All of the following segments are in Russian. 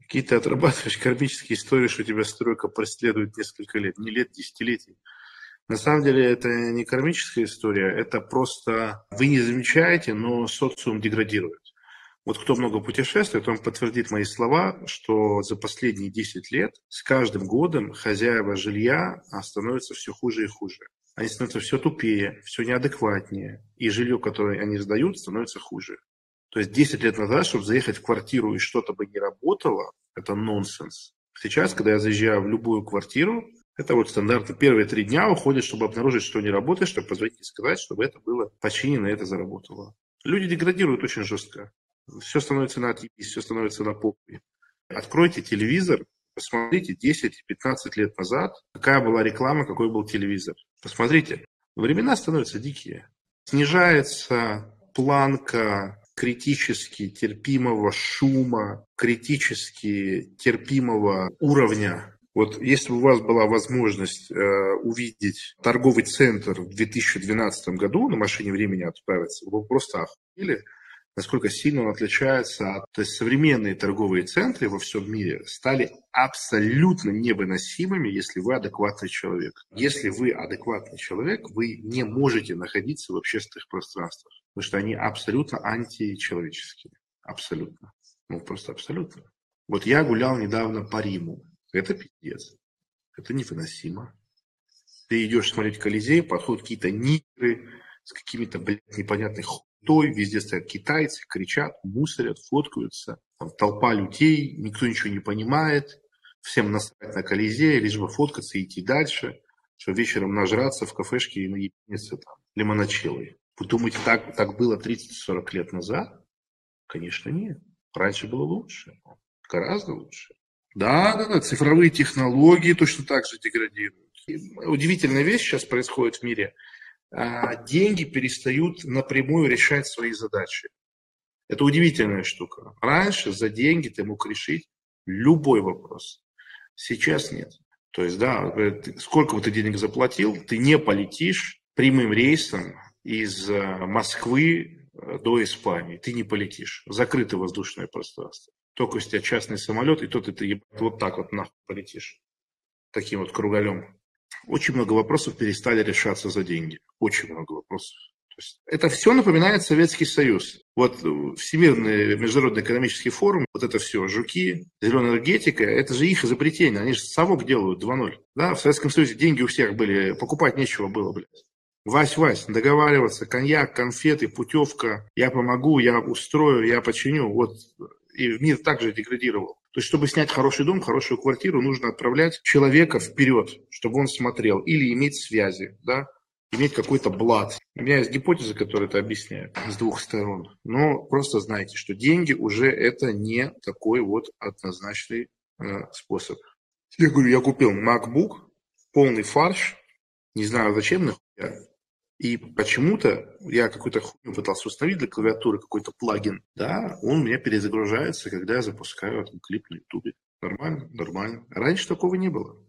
Какие ты отрабатываешь кармические истории, что тебя стройка преследует несколько лет, не лет, десятилетий. На самом деле это не кармическая история, это просто вы не замечаете, но социум деградирует. Вот кто много путешествует, он подтвердит мои слова, что за последние 10 лет с каждым годом хозяева жилья становятся все хуже и хуже. Они становятся все тупее, все неадекватнее, и жилье, которое они сдают, становится хуже. То есть 10 лет назад, чтобы заехать в квартиру и что-то бы не работало, это нонсенс. Сейчас, когда я заезжаю в любую квартиру, это вот стандартно первые 3 дня уходят, чтобы обнаружить, что не работает, чтобы позвонить и сказать, чтобы это было починено, и это заработало. Люди деградируют очень жестко. Все становится на отъебись, все становится на попе. Откройте телевизор, посмотрите 10-15 лет назад, какая была реклама, какой был телевизор. Посмотрите, времена становятся дикие. Снижается планка критически терпимого шума, критически терпимого уровня. Вот если бы у вас была возможность увидеть торговый центр в 2012 году, на машине времени отправиться, вы бы просто охуели, насколько сильно он отличается от... То есть современные торговые центры во всем мире стали абсолютно невыносимыми, если вы адекватный человек. Если вы адекватный человек, вы не можете находиться в общественных пространствах, потому что они абсолютно античеловеческие. Абсолютно. Ну, просто абсолютно. Вот я гулял недавно по Риму. Это пиздец. Это невыносимо. Ты идешь смотреть Колизей, подходят какие-то нигеры с какими-то, блядь, непонятной хуйтой. Везде стоят китайцы, кричат, мусорят, фоткаются. Там толпа людей, никто ничего не понимает. Всем насрать на Колизей, лишь бы фоткаться и идти дальше. Что вечером нажраться в кафешке и наебниться там лимоночеллой. Вы думаете, так было 30-40 лет назад? Конечно, нет. Раньше было лучше. Гораздо лучше. Да, цифровые технологии точно так же деградируют. И удивительная вещь сейчас происходит в мире. Деньги перестают напрямую решать свои задачи. Это удивительная штука. Раньше за деньги ты мог решить любой вопрос. Сейчас нет. То есть, да, сколько бы ты денег заплатил, ты не полетишь прямым рейсом из Москвы до Испании. Ты не полетишь. Закрытое воздушное пространство. Только если у тебя частный самолет, и то ты вот так вот нахуй полетишь. Таким вот кругалем. Очень много вопросов перестали решаться за деньги. Очень много вопросов. То есть это все напоминает Советский Союз. Вот Всемирный международный экономический форум, вот это все, жуки, зеленая энергетика, это же их изобретение. Они же совок делают 2.0. Да, в Советском Союзе деньги у всех были, покупать нечего было, блядь. Вась, договариваться, коньяк, конфеты, путевка, я помогу, я устрою, я починю. Вот и мир также деградировал. То есть, чтобы снять хороший дом, хорошую квартиру, нужно отправлять человека вперед, чтобы он смотрел. Или иметь связи, да, иметь какой-то блат. У меня есть гипотеза, которая это объясняет с двух сторон. Но просто знайте, что деньги уже это не такой вот однозначный способ. Я говорю, я купил MacBook, полный фарш, не знаю зачем, нахуя. И почему-то я какую-то хуйню пытался установить для клавиатуры, какой-то плагин. Да, он у меня перезагружается, когда я запускаю там клип на ютубе. Нормально. Раньше такого не было.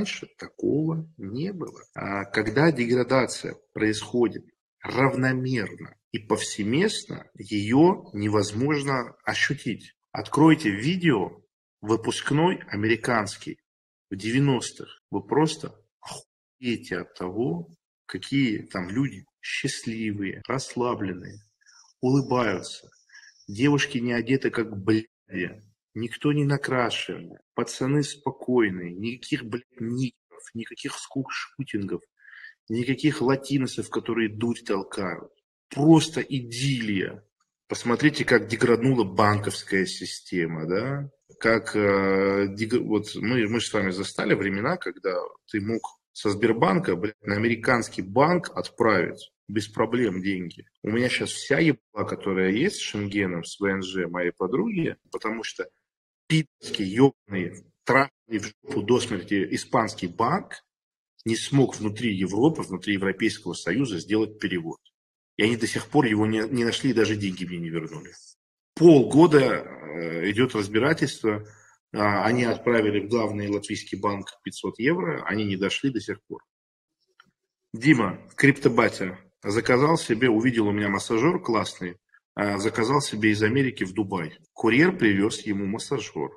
А когда деградация происходит равномерно и повсеместно, ее невозможно ощутить. Откройте видео выпускной американский в 90-х. Вы просто охуеете от того, какие там люди счастливые, расслабленные, улыбаются. Девушки не одеты как бляди, никто не накрашен, пацаны спокойные, никаких, ников, никаких скул-шутингов, никаких латиносов, которые дурь толкают. Просто идиллия. Посмотрите, как деграднула банковская система, да? Как вот мы же с вами застали времена, когда ты мог со Сбербанка, на американский банк отправить без проблем деньги. У меня сейчас вся ебала, которая есть с Шенгеном, с ВНЖ моей подруги, потому что пидорский, ебаный, траханный в жопу до смерти испанский банк не смог внутри Европы, внутри Европейского Союза сделать перевод. И они до сих пор его не нашли и даже деньги мне не вернули. Полгода идет разбирательство. Они отправили в главный латвийский банк 500 евро, они не дошли до сих пор. Дима, криптобатя, заказал себе, увидел у меня массажер классный, заказал себе из Америки в Дубай. Курьер привез ему массажер.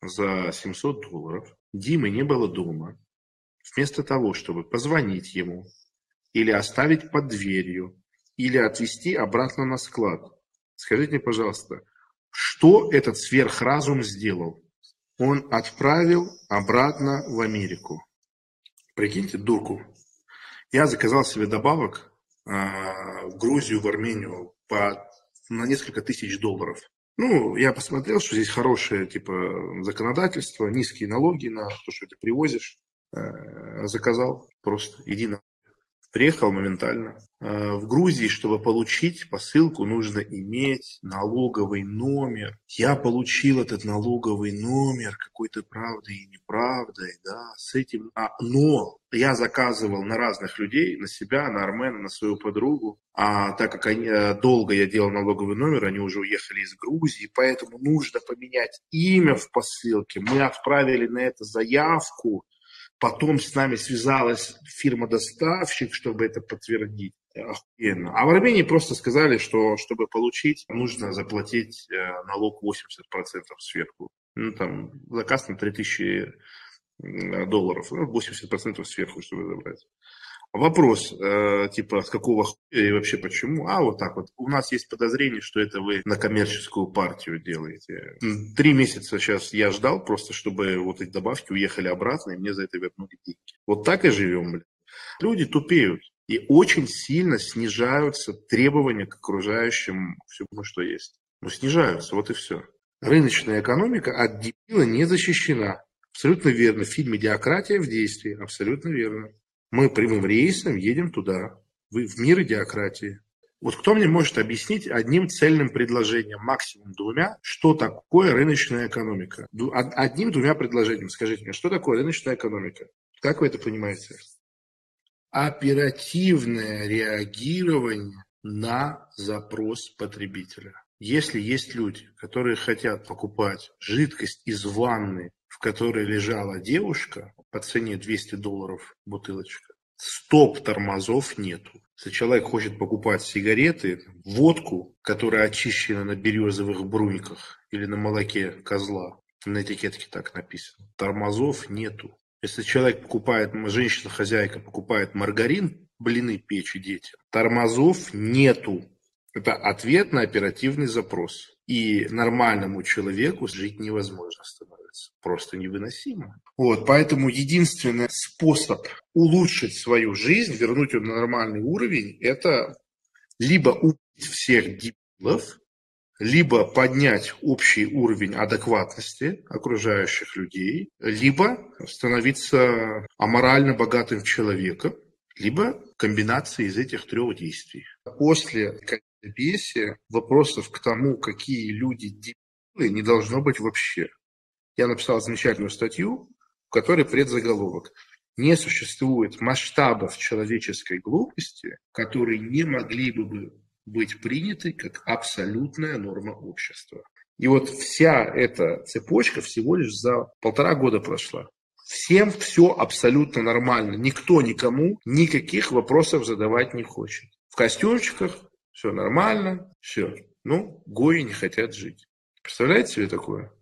за $700. Димы не было дома. Вместо того, чтобы позвонить ему, или оставить под дверью, или отвезти обратно на склад. Скажите мне, пожалуйста, что этот сверхразум сделал? Он отправил обратно в Америку. Прикиньте, дурку. Я заказал себе добавок в Грузию, в Армению на несколько тысяч $. Ну, я посмотрел, что здесь хорошее законодательство, низкие налоги на то, что ты привозишь. Заказал просто, иди на... Приехал моментально. В Грузии, чтобы получить посылку, нужно иметь налоговый номер. Я получил этот налоговый номер какой-то правдой и неправдой, да, с этим. Но я заказывал на разных людей, на себя, на Армена, на свою подругу. А так как долго я делал налоговый номер, они уже уехали из Грузии, поэтому нужно поменять имя в посылке. Мы отправили на это заявку. Потом с нами связалась фирма-доставщик, чтобы это подтвердить. Охуенно. А в Армении просто сказали, что чтобы получить, нужно заплатить налог 80% сверху. Ну, там, заказ на $3000, 80% сверху, чтобы забрать. Вопрос, с какого хуя и вообще почему? Вот так вот. У нас есть подозрение, что это вы на коммерческую партию делаете. 3 месяца сейчас я ждал просто, чтобы вот эти добавки уехали обратно, и мне за это вернули деньги. Вот так и живем, блядь. Люди тупеют. И очень сильно снижаются требования к окружающему всему, что есть. Снижаются, вот и все. Рыночная экономика от дебила не защищена. Абсолютно верно. Фильм «Идиократия» в действии. Абсолютно верно. Мы прямым рейсом едем туда, в мир идиократии. Вот кто мне может объяснить одним цельным предложением, максимум 2, что такое рыночная экономика? Одним-двумя предложениями скажите мне, что такое рыночная экономика? Как вы это понимаете? Оперативное реагирование на запрос потребителя. Если есть люди, которые хотят покупать жидкость из ванны, в которой лежала девушка, по цене $200 бутылочка, стоп-тормозов нету. Если человек хочет покупать сигареты, водку, которая очищена на березовых бруньках или на молоке козла, на этикетке так написано, тормозов нету. Если человек покупает, женщина-хозяйка покупает маргарин, блины печь и детям, тормозов нету. Это ответ на оперативный запрос. И нормальному человеку жить невозможно становится. Просто невыносимо. Поэтому единственный способ улучшить свою жизнь, вернуть ее на нормальный уровень, это либо убить всех дебилов, либо поднять общий уровень адекватности окружающих людей, либо становиться аморально богатым человеком, либо комбинация из этих 3 действий. После беседы вопросов к тому, какие люди дебилы, не должно быть вообще. Я написал замечательную статью, в которой предзаголовок: не существует масштабов человеческой глупости, которые не могли бы быть приняты как абсолютная норма общества. И вот вся эта цепочка всего лишь за 1,5 года прошла. Всем все абсолютно нормально. Никто никому никаких вопросов задавать не хочет. В костюмчиках все нормально, все. Гои не хотят жить. Представляете себе такое?